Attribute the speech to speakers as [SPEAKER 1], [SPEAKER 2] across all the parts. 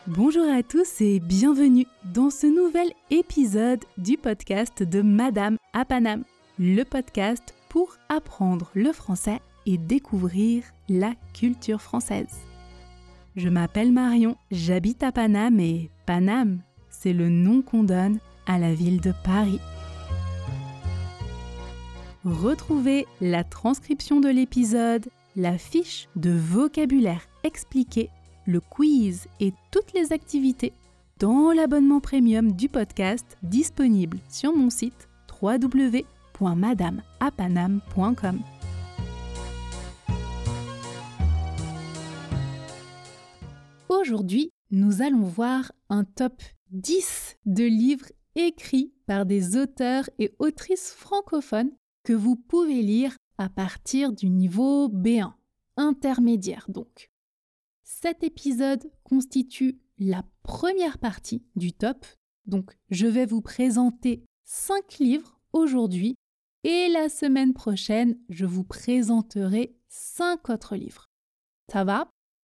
[SPEAKER 1] Bonjour à tous et bienvenue dans ce nouvel épisode du podcast de Madame à Paname, le podcast pour apprendre le français et découvrir la culture française. Je m'appelle Marion, j'habite à Paname et Paname, c'est le nom qu'on donne à la ville de Paris. Retrouvez la transcription de l'épisode, la fiche de vocabulaire expliquée, le quiz et toutes les activités dans l'abonnement premium du podcast disponible sur mon site www.madameapaname.com. Aujourd'hui, nous allons voir un top 10 de livres écrits par des auteurs et autrices francophones que vous pouvez lire à partir du niveau B1, intermédiaire donc. Cet épisode constitue la première partie du top, donc je vais vous présenter 5 livres aujourd'hui et la semaine prochaine, je vous présenterai 5 autres livres. Ça va ?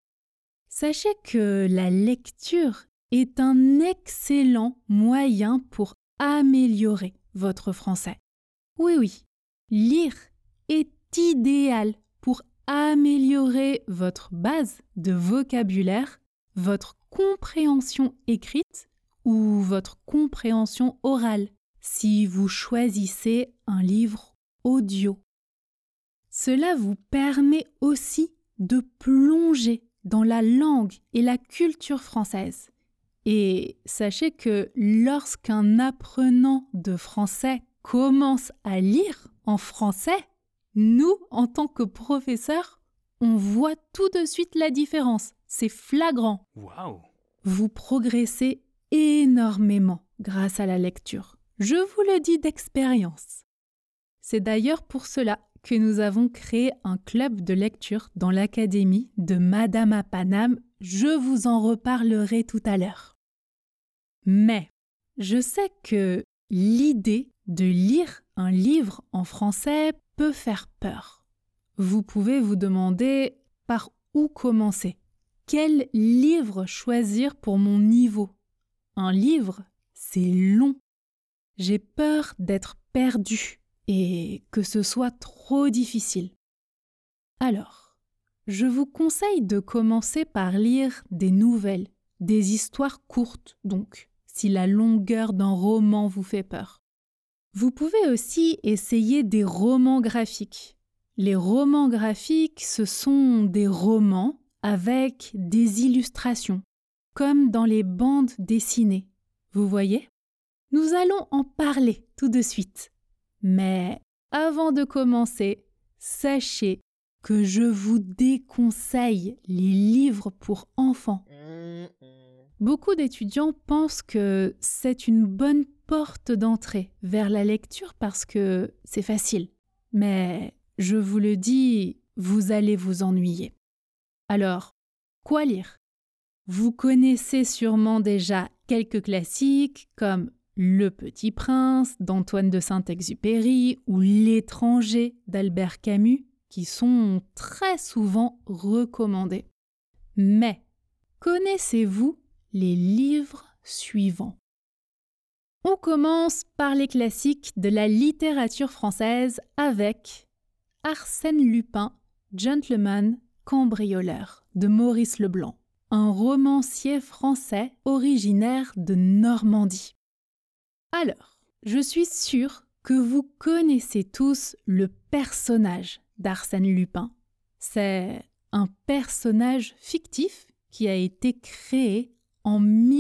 [SPEAKER 1] Sachez que la lecture est un excellent moyen pour améliorer votre français. Oui, lire est idéal pour améliorer votre base de vocabulaire, votre compréhension écrite ou votre compréhension orale si vous choisissez un livre audio. Cela vous permet aussi de plonger dans la langue et la culture française. Et sachez que lorsqu'un apprenant de français commence à lire en français, nous, en tant que professeurs, on voit tout de suite la différence. C'est flagrant.
[SPEAKER 2] Waouh!
[SPEAKER 1] Vous progressez énormément grâce à la lecture. Je vous le dis d'expérience. C'est d'ailleurs pour cela que nous avons créé un club de lecture dans l'académie de Madame à Paname. Je vous en reparlerai tout à l'heure. Mais je sais que l'idée de lire un livre en français peut faire peur. Vous pouvez vous demander par où commencer. Quel livre choisir pour mon niveau ? Un livre, c'est long. J'ai peur d'être perdue et que ce soit trop difficile. Alors, je vous conseille de commencer par lire des nouvelles, des histoires courtes donc, si la longueur d'un roman vous fait peur. Vous pouvez aussi essayer des romans graphiques. Les romans graphiques, ce sont des romans avec des illustrations, comme dans les bandes dessinées. Vous voyez ? Nous allons en parler tout de suite. Mais avant de commencer, sachez que je vous déconseille les livres pour enfants. Beaucoup d'étudiants pensent que c'est une bonne porte d'entrée vers la lecture parce que c'est facile. Mais je vous le dis, vous allez vous ennuyer. Alors, quoi lire ? Vous connaissez sûrement déjà quelques classiques comme Le Petit Prince d'Antoine de Saint-Exupéry ou L'étranger d'Albert Camus qui sont très souvent recommandés. Mais connaissez-vous les livres suivants ? On commence par les classiques de la littérature française avec Arsène Lupin, gentleman cambrioleur de Maurice Leblanc, un romancier français originaire de Normandie. Alors, je suis sûre que vous connaissez tous le personnage d'Arsène Lupin. C'est un personnage fictif qui a été créé en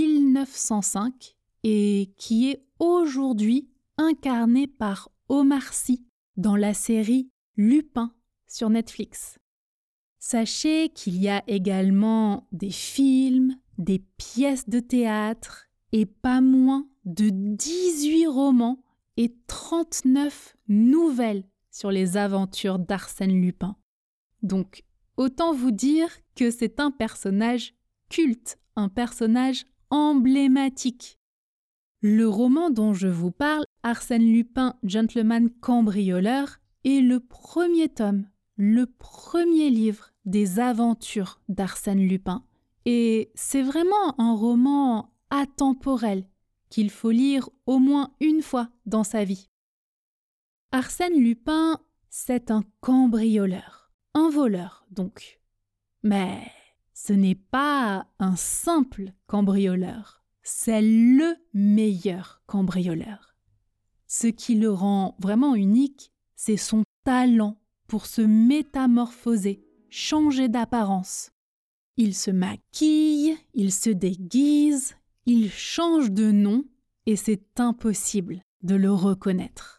[SPEAKER 1] 1905 et qui est aujourd'hui incarné par Omar Sy dans la série Lupin sur Netflix. Sachez qu'il y a également des films, des pièces de théâtre et pas moins de 18 romans et 39 nouvelles sur les aventures d'Arsène Lupin. Donc, autant vous dire que c'est un personnage culte, un personnage emblématique. Le roman dont je vous parle, Arsène Lupin, gentleman cambrioleur, est le premier tome, le premier livre des aventures d'Arsène Lupin Et c'est vraiment un roman atemporel qu'il faut lire au moins une fois dans sa vie. Arsène Lupin, c'est un cambrioleur, un voleur donc. Mais ce n'est pas un simple cambrioleur, c'est le meilleur cambrioleur. Ce qui le rend vraiment unique, c'est son talent pour se métamorphoser, changer d'apparence. Il se maquille, il se déguise, il change de nom et c'est impossible de le reconnaître.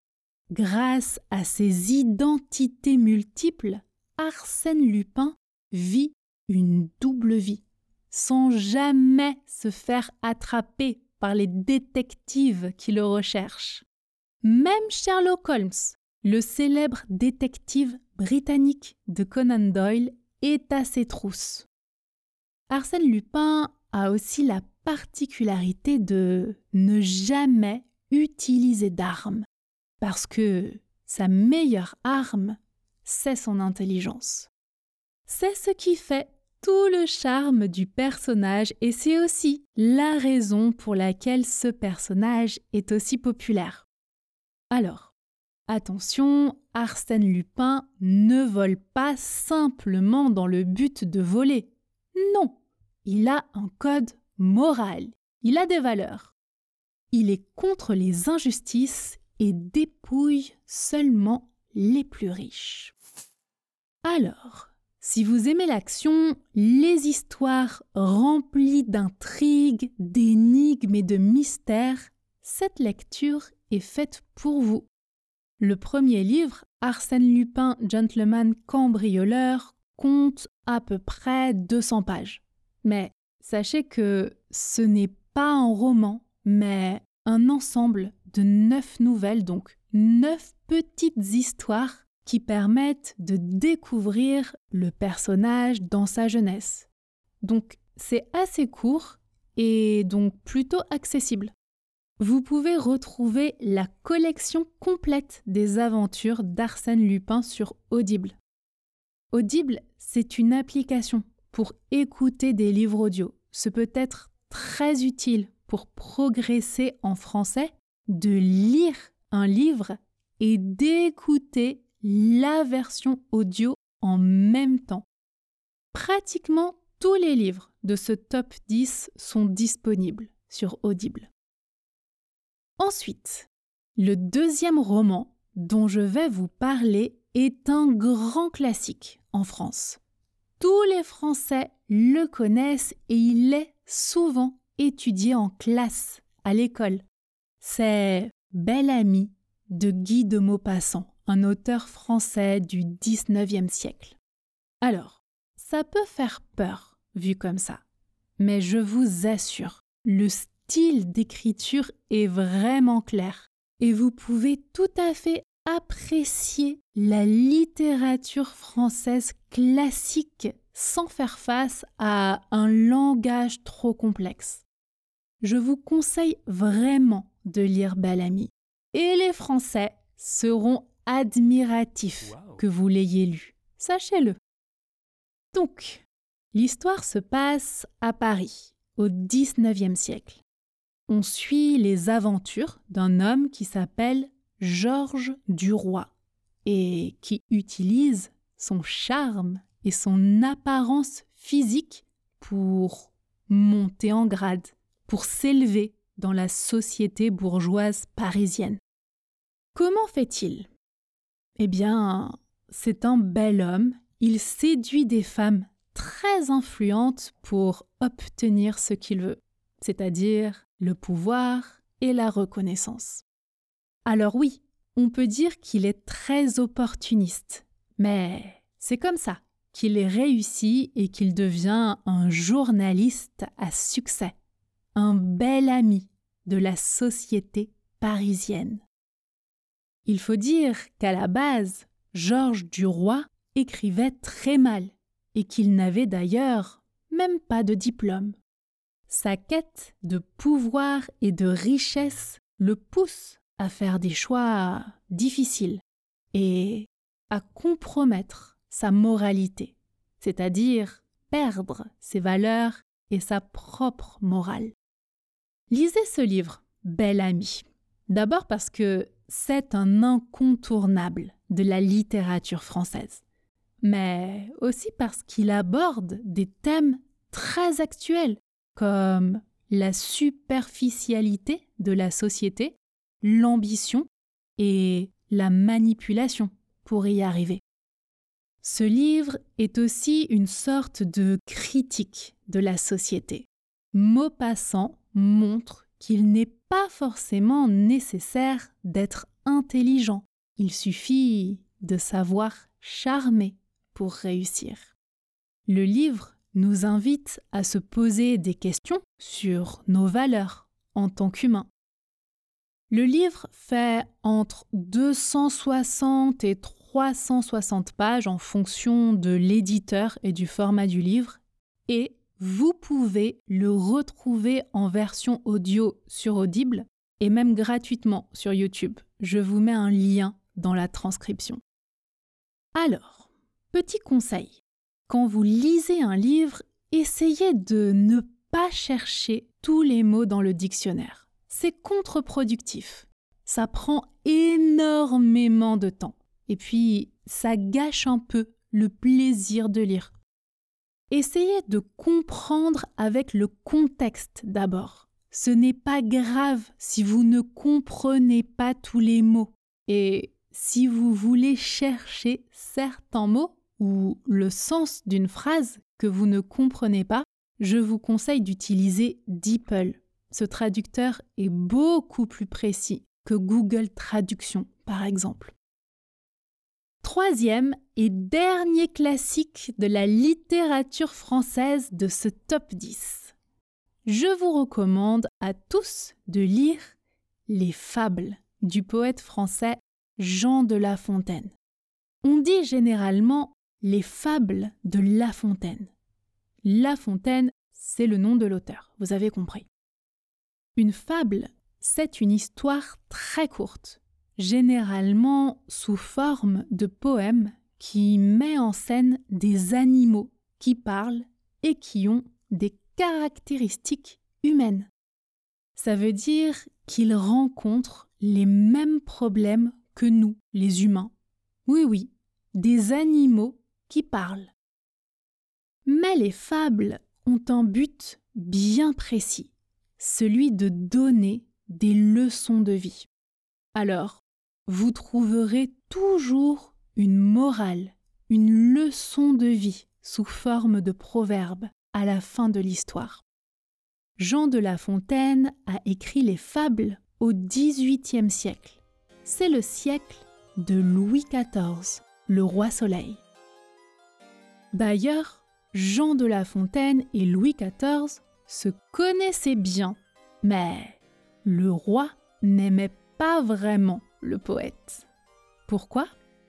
[SPEAKER 1] Grâce à ses identités multiples, Arsène Lupin vit une double vie, sans jamais se faire attraper par les détectives qui le recherchent. Même Sherlock Holmes, le célèbre détective britannique de Conan Doyle, est à ses trousses. Arsène Lupin a aussi la particularité de ne jamais utiliser d'armes, parce que sa meilleure arme, c'est son intelligence. C'est ce qui fait tout le charme du personnage et c'est aussi la raison pour laquelle ce personnage est aussi populaire. Alors, attention, Arsène Lupin ne vole pas simplement dans le but de voler. Non, il a un code moral, il a des valeurs. Il est contre les injustices et dépouille seulement les plus riches. Alors, si vous aimez l'action, les histoires remplies d'intrigues, d'énigmes et de mystères, cette lecture est faite pour vous. Le premier livre, Arsène Lupin, gentleman cambrioleur, compte à peu près 200 pages. Mais sachez que ce n'est pas un roman, mais un ensemble de 9 nouvelles, donc 9 petites histoires qui permettent de découvrir le personnage dans sa jeunesse. Donc c'est assez court et donc plutôt accessible. Vous pouvez retrouver la collection complète des aventures d'Arsène Lupin sur Audible. Audible, c'est une application pour écouter des livres audio. Ce peut être très utile pour progresser en français, de lire un livre et d'écouter la version audio en même temps. Pratiquement tous les livres de ce top 10 sont disponibles sur Audible. Ensuite, le deuxième roman dont je vais vous parler est un grand classique en France. Tous les Français le connaissent et il est souvent étudié en classe à l'école. C'est Bel-Ami de Guy de Maupassant, un auteur français du XIXe siècle. Alors, ça peut faire peur vu comme ça, mais je vous assure, le style d'écriture est vraiment clair et vous pouvez tout à fait apprécier la littérature française classique sans faire face à un langage trop complexe. Je vous conseille vraiment de lire Bel-Ami et les Français seront admiratifs que vous l'ayez lu. Sachez-le. Donc, l'histoire se passe à Paris, au XIXe siècle. On suit les aventures d'un homme qui s'appelle Georges Duroy et qui utilise son charme et son apparence physique pour monter en grade, pour s'élever dans la société bourgeoise parisienne. Comment fait-il ? Eh bien, c'est un bel homme. Il séduit des femmes très influentes pour obtenir ce qu'il veut, c'est-à-dire le pouvoir et la reconnaissance. Alors oui, on peut dire qu'il est très opportuniste, mais c'est comme ça qu'il est réussi et qu'il devient un journaliste à succès, un bel ami de la société parisienne. Il faut dire qu'à la base, Georges Duroy écrivait très mal et qu'il n'avait d'ailleurs même pas de diplôme. Sa quête de pouvoir et de richesse le pousse à faire des choix difficiles et à compromettre sa moralité, c'est-à-dire perdre ses valeurs et sa propre morale. Lisez ce livre, Bel Ami. D'abord parce que c'est un incontournable de la littérature française, mais aussi parce qu'il aborde des thèmes très actuels comme la superficialité de la société, l'ambition et la manipulation pour y arriver. Ce livre est aussi une sorte de critique de la société. Maupassant montre qu'il n'est pas forcément nécessaire d'être intelligent. Il suffit de savoir charmer pour réussir. Le livre nous invite à se poser des questions sur nos valeurs en tant qu'humains. Le livre fait entre 260 et 360 pages en fonction de l'éditeur et du format du livre, et vous pouvez le retrouver en version audio sur Audible et même gratuitement sur YouTube. Je vous mets un lien dans la transcription. Alors, petit conseil, quand vous lisez un livre, essayez de ne pas chercher tous les mots dans le dictionnaire. C'est contre-productif. Ça prend énormément de temps. Et puis, ça gâche un peu le plaisir de lire. Essayez de comprendre avec le contexte d'abord. Ce n'est pas grave si vous ne comprenez pas tous les mots. Et si vous voulez chercher certains mots ou le sens d'une phrase que vous ne comprenez pas, je vous conseille d'utiliser DeepL. Ce traducteur est beaucoup plus précis que Google Traduction, par exemple. Troisième et dernier classique de la littérature française de ce top 10. Je vous recommande à tous de lire Les Fables du poète français Jean de La Fontaine. On dit généralement les fables de La Fontaine. La Fontaine, c'est le nom de l'auteur, vous avez compris. Une fable, c'est une histoire très courte, généralement sous forme de poème qui met en scène des animaux qui parlent et qui ont des caractéristiques humaines. Ça veut dire qu'ils rencontrent les mêmes problèmes que nous, les humains. Oui, des animaux qui parlent. Mais les fables ont un but bien précis, celui de donner des leçons de vie. Alors, vous trouverez toujours une morale, une leçon de vie sous forme de proverbe à la fin de l'histoire. Jean de La Fontaine a écrit les fables au XVIIIe siècle. C'est le siècle de Louis XIV, le roi Soleil. D'ailleurs, Jean de La Fontaine et Louis XIV se connaissaient bien, mais le roi n'aimait pas vraiment le poète. Pourquoi ?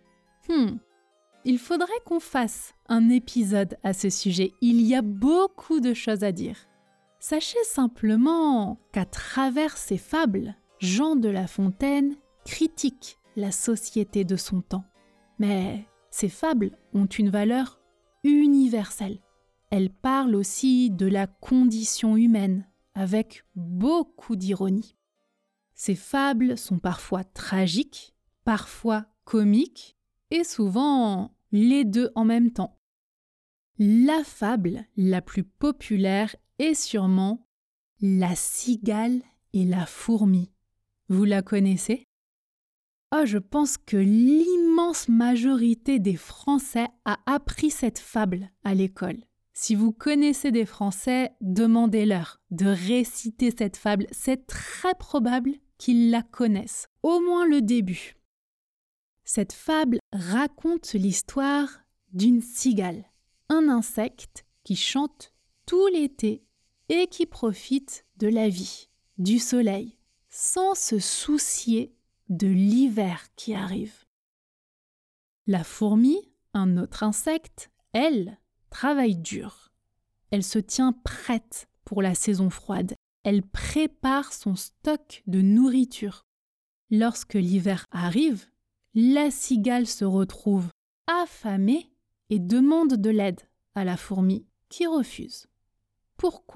[SPEAKER 1] Il faudrait qu'on fasse un épisode à ce sujet. Il y a beaucoup de choses à dire. Sachez simplement qu'à travers ses fables, Jean de La Fontaine critique la société de son temps. Mais ces fables ont une valeur universelle. Elles parlent aussi de la condition humaine, avec beaucoup d'ironie. Ces fables sont parfois tragiques, parfois comiques, et souvent les deux en même temps. La fable la plus populaire est sûrement La cigale et la fourmi. Vous la connaissez ? Je pense que l'immense majorité des Français a appris cette fable à l'école. Si vous connaissez des Français, demandez-leur de réciter cette fable. C'est très probable qu'ils la connaissent, au moins le début. Cette fable raconte l'histoire d'une cigale, un insecte qui chante tout l'été et qui profite de la vie, du soleil, sans se soucier de l'hiver qui arrive. La fourmi, un autre insecte, elle, travaille dur. Elle se tient prête pour la saison froide. Elle prépare son stock de nourriture. Lorsque l'hiver arrive, la cigale se retrouve affamée et demande de l'aide à la fourmi qui refuse. Pourquoi ?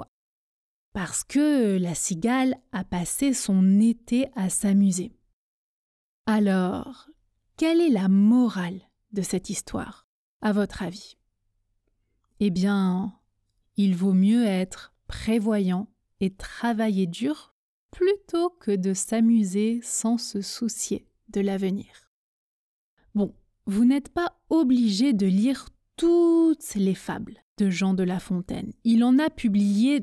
[SPEAKER 1] Parce que la cigale a passé son été à s'amuser. Alors, quelle est la morale de cette histoire, à votre avis ? Eh bien, il vaut mieux être prévoyant et travailler dur plutôt que de s'amuser sans se soucier de l'avenir. Bon, vous n'êtes pas obligé de lire toutes les fables de Jean de La Fontaine. Il en a publié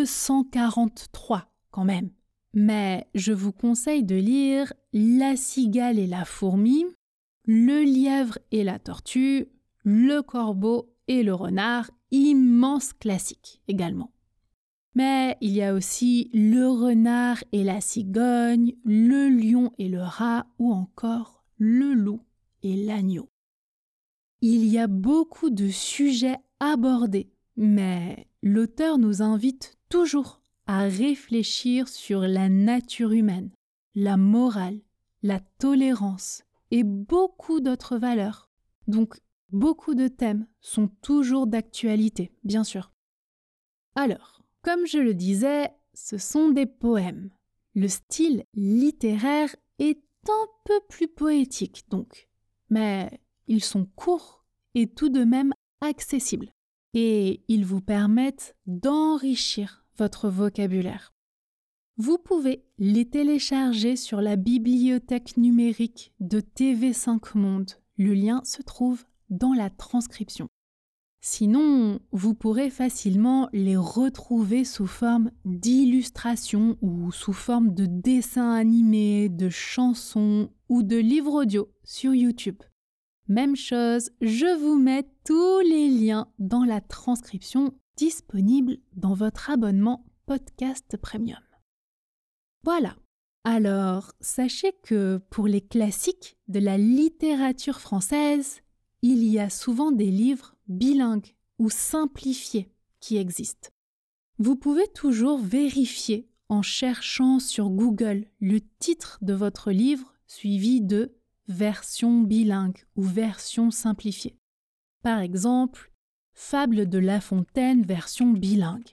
[SPEAKER 1] 243 quand même. Mais je vous conseille de lire La cigale et la fourmi, Le lièvre et la tortue, Le corbeau et le renard, immense classique également. Mais il y a aussi Le renard et la cigogne, Le lion et le rat ou encore Le loup et l'agneau. Il y a beaucoup de sujets abordés, mais l'auteur nous invite toujours à réfléchir sur la nature humaine, la morale, la tolérance et beaucoup d'autres valeurs. Donc, beaucoup de thèmes sont toujours d'actualité, bien sûr. Alors, comme je le disais, ce sont des poèmes. Le style littéraire est un peu plus poétique, donc. Mais ils sont courts et tout de même accessibles. Et ils vous permettent d'enrichir votre vocabulaire. Vous pouvez les télécharger sur la bibliothèque numérique de TV5 Monde. Le lien se trouve dans la transcription. Sinon, vous pourrez facilement les retrouver sous forme d'illustrations ou sous forme de dessins animés, de chansons ou de livres audio sur YouTube. Même chose, je vous mets tous les liens dans la transcription disponible dans votre abonnement Podcast Premium. Voilà. Alors, sachez que pour les classiques de la littérature française, il y a souvent des livres bilingues ou simplifiés qui existent. Vous pouvez toujours vérifier en cherchant sur Google le titre de votre livre suivi de version bilingue ou version simplifiée. Par exemple, Fables de La Fontaine version bilingue.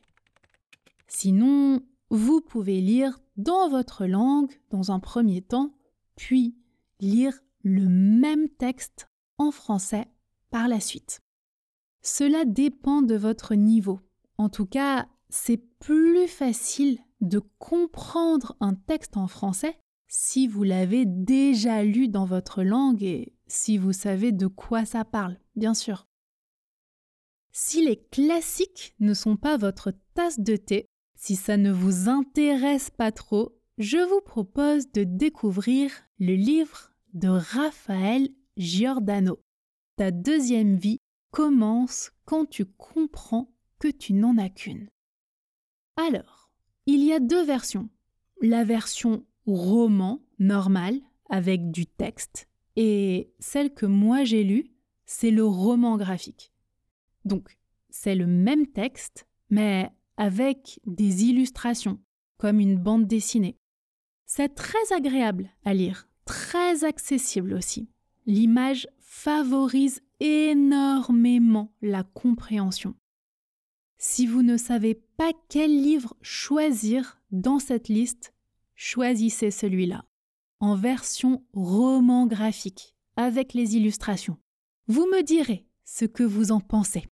[SPEAKER 1] Sinon, vous pouvez lire dans votre langue dans un premier temps, puis lire le même texte en français par la suite. Cela dépend de votre niveau. En tout cas, c'est plus facile de comprendre un texte en français si vous l'avez déjà lu dans votre langue et si vous savez de quoi ça parle, bien sûr. Si les classiques ne sont pas votre tasse de thé, si ça ne vous intéresse pas trop, je vous propose de découvrir le livre de Raphaël Giordano. Ta deuxième vie commence quand tu comprends que tu n'en as qu'une. Alors, il y a deux versions. La version roman normale avec du texte et celle que moi j'ai lue, c'est le roman graphique. Donc, c'est le même texte, mais avec des illustrations, comme une bande dessinée. C'est très agréable à lire, très accessible aussi. L'image favorise énormément la compréhension. Si vous ne savez pas quel livre choisir dans cette liste, choisissez celui-là, en version roman graphique, avec les illustrations. Vous me direz ce que vous en pensez.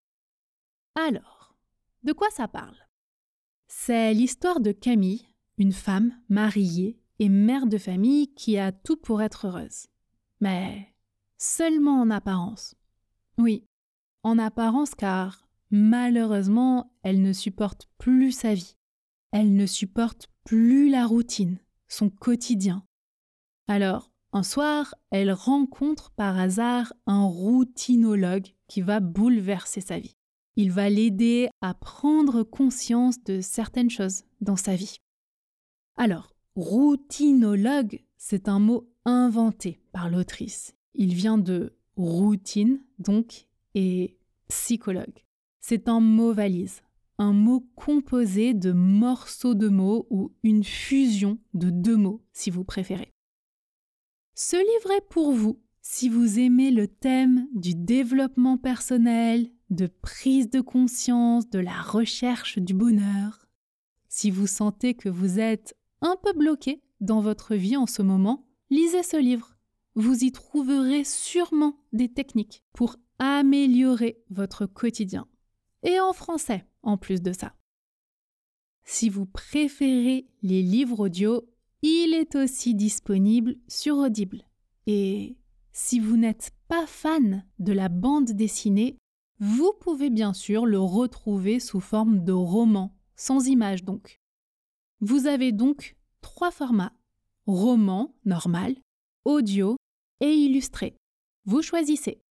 [SPEAKER 1] Alors, de quoi ça parle ? C'est l'histoire de Camille, une femme mariée et mère de famille qui a tout pour être heureuse. Mais seulement en apparence. Oui, en apparence car malheureusement, elle ne supporte plus sa vie. Elle ne supporte plus la routine, son quotidien. Alors, un soir, elle rencontre par hasard un routinologue qui va bouleverser sa vie. Il va l'aider à prendre conscience de certaines choses dans sa vie. Alors, routinologue, c'est un mot inventé par l'autrice. Il vient de routine, donc, et psychologue. C'est un mot valise, un mot composé de morceaux de mots ou une fusion de deux mots, si vous préférez. Ce livre est pour vous si vous aimez le thème du développement personnel, de prise de conscience, de la recherche du bonheur. Si vous sentez que vous êtes un peu bloqué dans votre vie en ce moment, lisez ce livre. Vous y trouverez sûrement des techniques pour améliorer votre quotidien. Et en français, en plus de ça. Si vous préférez les livres audio, il est aussi disponible sur Audible. Et si vous n'êtes pas fan de la bande dessinée, vous pouvez bien sûr le retrouver sous forme de roman, sans images donc. Vous avez donc 3 formats, roman normal, audio et illustré. Vous choisissez.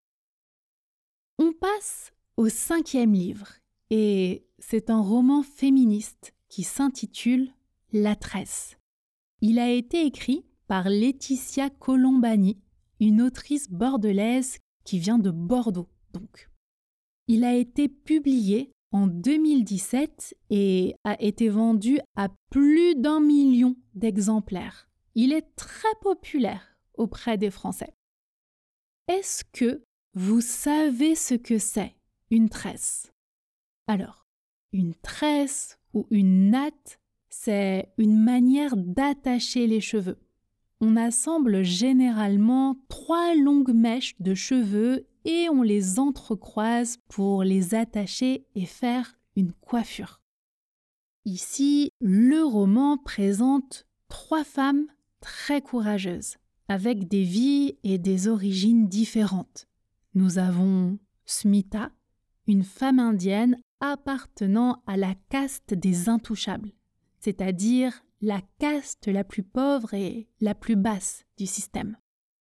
[SPEAKER 1] On passe au 5e livre et c'est un roman féministe qui s'intitule « La Tresse ». Il a été écrit par Laetitia Colombani, une autrice bordelaise qui vient de Bordeaux donc. Il a été publié en 2017 et a été vendu à plus d'1 million d'exemplaires. Il est très populaire auprès des Français. Est-ce que vous savez ce que c'est une tresse? Alors, une tresse ou une natte, c'est une manière d'attacher les cheveux. On assemble généralement 3 longues mèches de cheveux et on les entrecroise pour les attacher et faire une coiffure. Ici, le roman présente 3 femmes très courageuses, avec des vies et des origines différentes. Nous avons Smita, une femme indienne appartenant à la caste des intouchables, c'est-à-dire la caste la plus pauvre et la plus basse du système.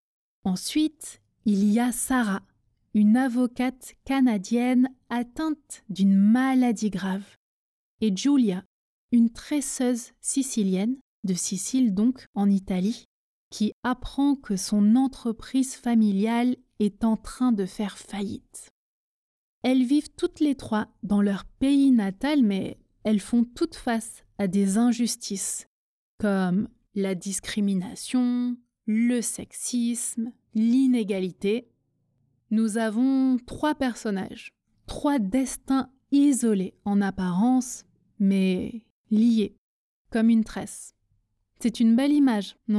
[SPEAKER 1] Ensuite, il y a Sarah, une avocate canadienne atteinte d'une maladie grave, et Giulia, une tresseuse sicilienne, de Sicile donc, en Italie, qui apprend que son entreprise familiale est en train de faire faillite. Elles vivent toutes les 3 dans leur pays natal, mais elles font toutes face à des injustices, comme la discrimination, le sexisme, l'inégalité. Nous avons 3 personnages, 3 destins isolés en apparence, mais liés, comme une tresse. C'est une belle image, non ?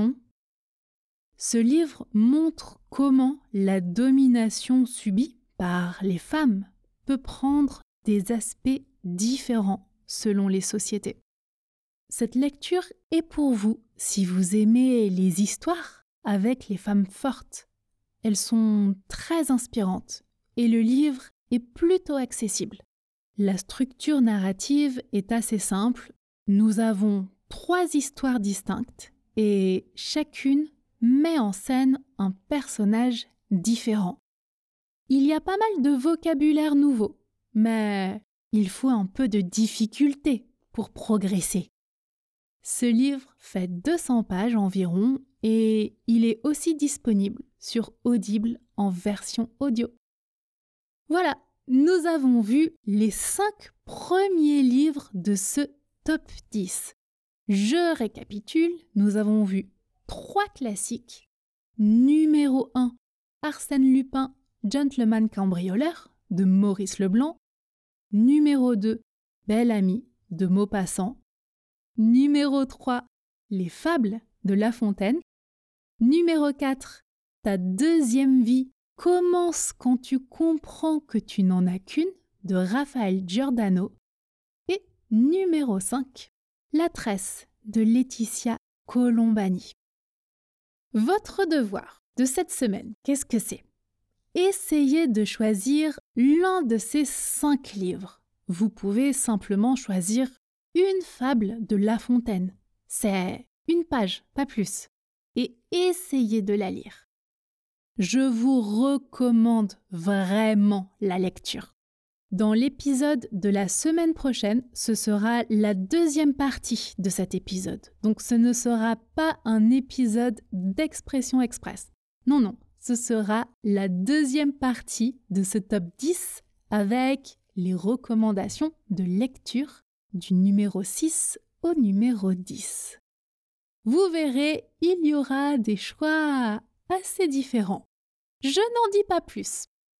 [SPEAKER 1] Ce livre montre comment la domination subie par les femmes peut prendre des aspects différents selon les sociétés. Cette lecture est pour vous si vous aimez les histoires avec les femmes fortes. Elles sont très inspirantes et le livre est plutôt accessible. La structure narrative est assez simple. Nous avons 3 histoires distinctes et chacune met en scène un personnage différent. Il y a pas mal de vocabulaire nouveau, mais il faut un peu de difficulté pour progresser. Ce livre fait 200 pages environ et il est aussi disponible sur Audible en version audio. Voilà, nous avons vu les 5 premiers livres de ce top 10. Je récapitule, nous avons vu 3 classiques. Numéro 1, Arsène Lupin, Gentleman cambrioleur de Maurice Leblanc. Numéro 2, Belle Amie de Maupassant. Numéro 3, Les Fables de La Fontaine. Numéro 4, Ta deuxième vie commence quand tu comprends que tu n'en as qu'une de Raphaël Giordano. Et numéro 5, La Tresse de Laetitia Colombani. Votre devoir de cette semaine, qu'est-ce que c'est ? Essayez de choisir l'un de ces 5 livres. Vous pouvez simplement choisir une fable de La Fontaine. C'est 1 page, pas plus. Et essayez de la lire. Je vous recommande vraiment la lecture. Dans l'épisode de la semaine prochaine, ce sera la 2e partie de cet épisode. Donc ce ne sera pas un épisode d'Expression Express. Non, ce sera la 2e partie de ce top 10 avec les recommandations de lecture du numéro 6 au numéro 10. Vous verrez, il y aura des choix assez différents. Je n'en dis pas plus.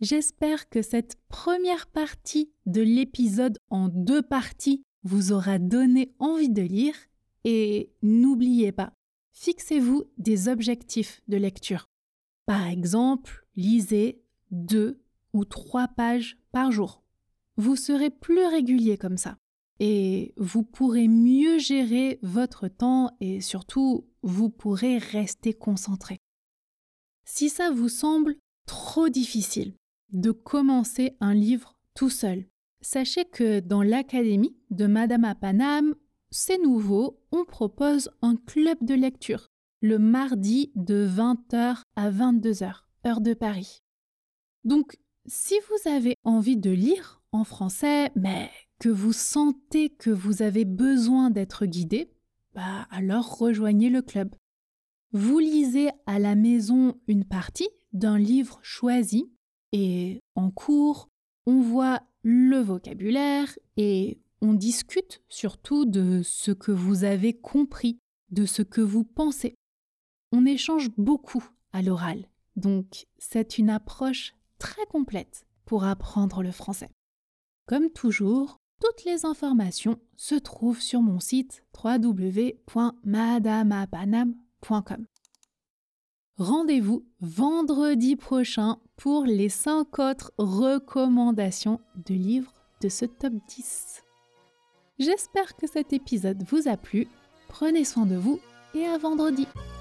[SPEAKER 1] J'espère que cette première partie de l'épisode en 2 parties vous aura donné envie de lire et n'oubliez pas, fixez-vous des objectifs de lecture. Par exemple, lisez 2 ou 3 pages par jour. Vous serez plus régulier comme ça et vous pourrez mieux gérer votre temps et surtout, vous pourrez rester concentré. Si ça vous semble trop difficile de commencer un livre tout seul, sachez que dans l'académie de Madame à Paname, c'est nouveau, on propose un club de lecture le mardi de 20h à 22h, heure de Paris. Donc, si vous avez envie de lire en français, mais que vous sentez que vous avez besoin d'être guidé, alors rejoignez le club. Vous lisez à la maison une partie d'un livre choisi et en cours, on voit le vocabulaire et on discute surtout de ce que vous avez compris, de ce que vous pensez. On échange beaucoup à l'oral, donc c'est une approche très complète pour apprendre le français. Comme toujours, toutes les informations se trouvent sur mon site www.madamapanam.com. Rendez-vous vendredi prochain pour les 5 autres recommandations de livres de ce top 10. J'espère que cet épisode vous a plu. Prenez soin de vous et à vendredi.